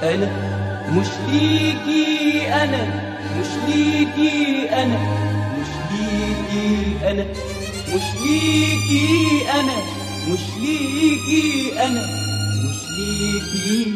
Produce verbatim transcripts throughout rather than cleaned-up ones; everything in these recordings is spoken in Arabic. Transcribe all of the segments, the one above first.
أنا مش ليكي، أنا مش ليكي، أنا مش ليكي، أنا مش ليكي، أنا مش ليكي، أنا مش ليكي.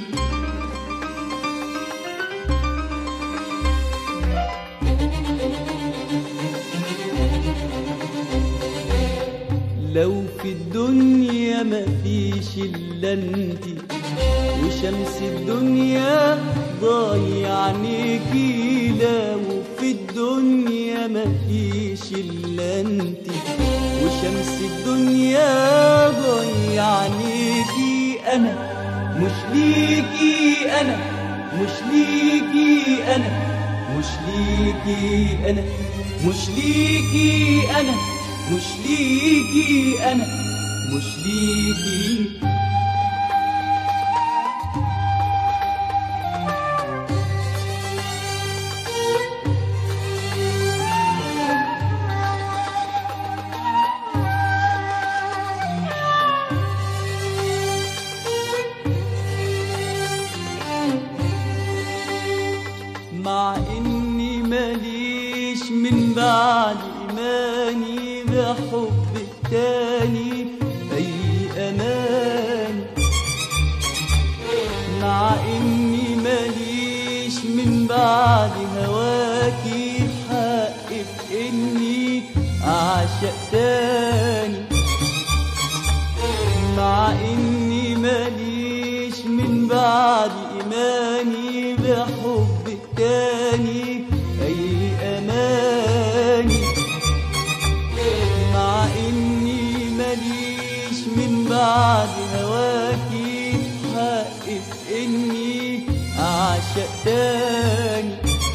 لو في الدنيا مفيش إلا انتي، وشمس الدنيا ضايع عنيكي، لو في الدنيا مفيش إلا انتي، وشمس الدنيا ضايع عنيكي، أنا مش ليكي، أنا مش ليكي، أنا مش ليكي، أنا مش ليكي، أنا مش ليكي، أنا مش ليكي. مع إني ماليش من بعد إيماني بحب التاني أي أمان، مع إني ماليش من بعد هواكي حق في إني أعشق تاني، مع إني ماليش من بعد إيماني بحب التاني أي أماني، مع إني ماليش من بعد هواكي حق في إني أعشق تاني،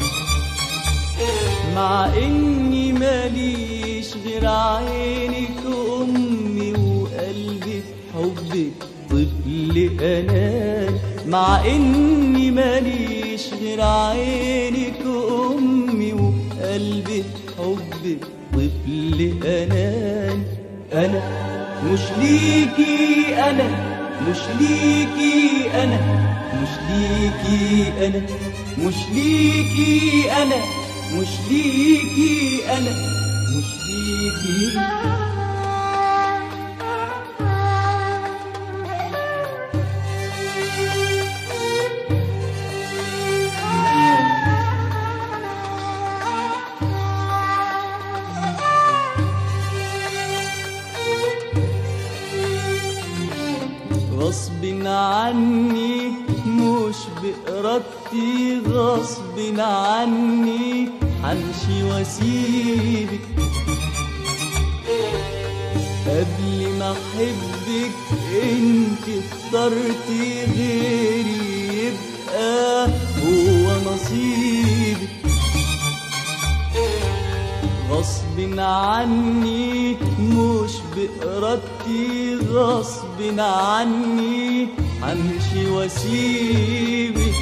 مع إني ماليش غير عينك أمي وقلبي في حبك طفل أناني، مع إني ماليش غير عينك أمي وقلبي في حبك طفل أناني. أنا مش ليكي، أنا مش ليكي، أنا مش ليكي، أنا مش ليكي، أنا مش ليكي، أنا مش ليكي. غصب عني مش بإرادتي، غصب عني حمشي واسيبك، قبل ما احبك انت اخترتي غيري يبقى هو نصيبك، غصب عني مش بإرادتي، غصب عني همشي واسيبك،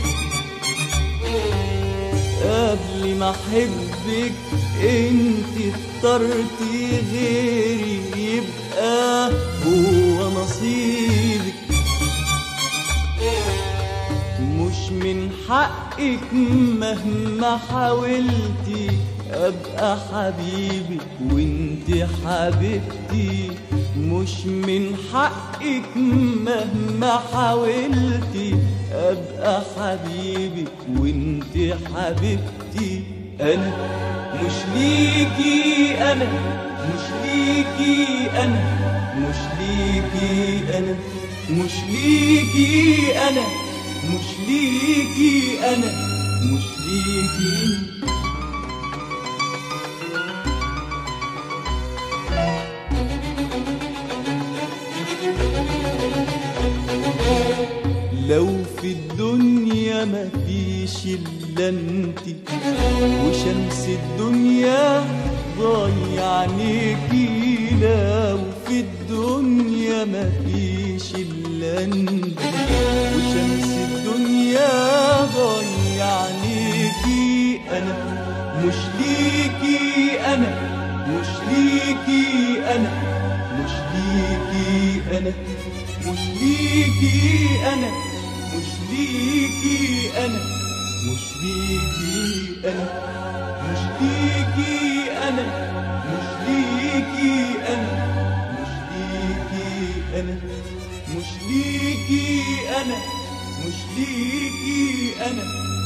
قبل ما احبك انت اخترتي غيري يبقى هو نصيبك، مش من حقك مهما حاولتي أبقى حبيبك وانت حبيبتي، مش من حقك مهما حاولتي أبقى حبيبك وانت حبيبتي. أنا مش ليكي، أنا مش ليكي، أنا مش ليكي، أنا مش ليكي، أنا مش ليكي، أنا مش ليكي. لو في الدنيا مفيش إلا انتي، وشمس الدنيا ضايع عنيكي، لو في الدنيا مفيش إلا انتي، وشمس الدنيا ضايع عنيكي، أنا مش ليكي، أنا مش ليكي، أنا مش ليكي، أنا مش ليكي، أنا مش ليكي أنا مش ليكي أنا مش ليكي أنا مش ليكي أنا مش ليكي أنا مش ليكي أنا مش ليكي أنا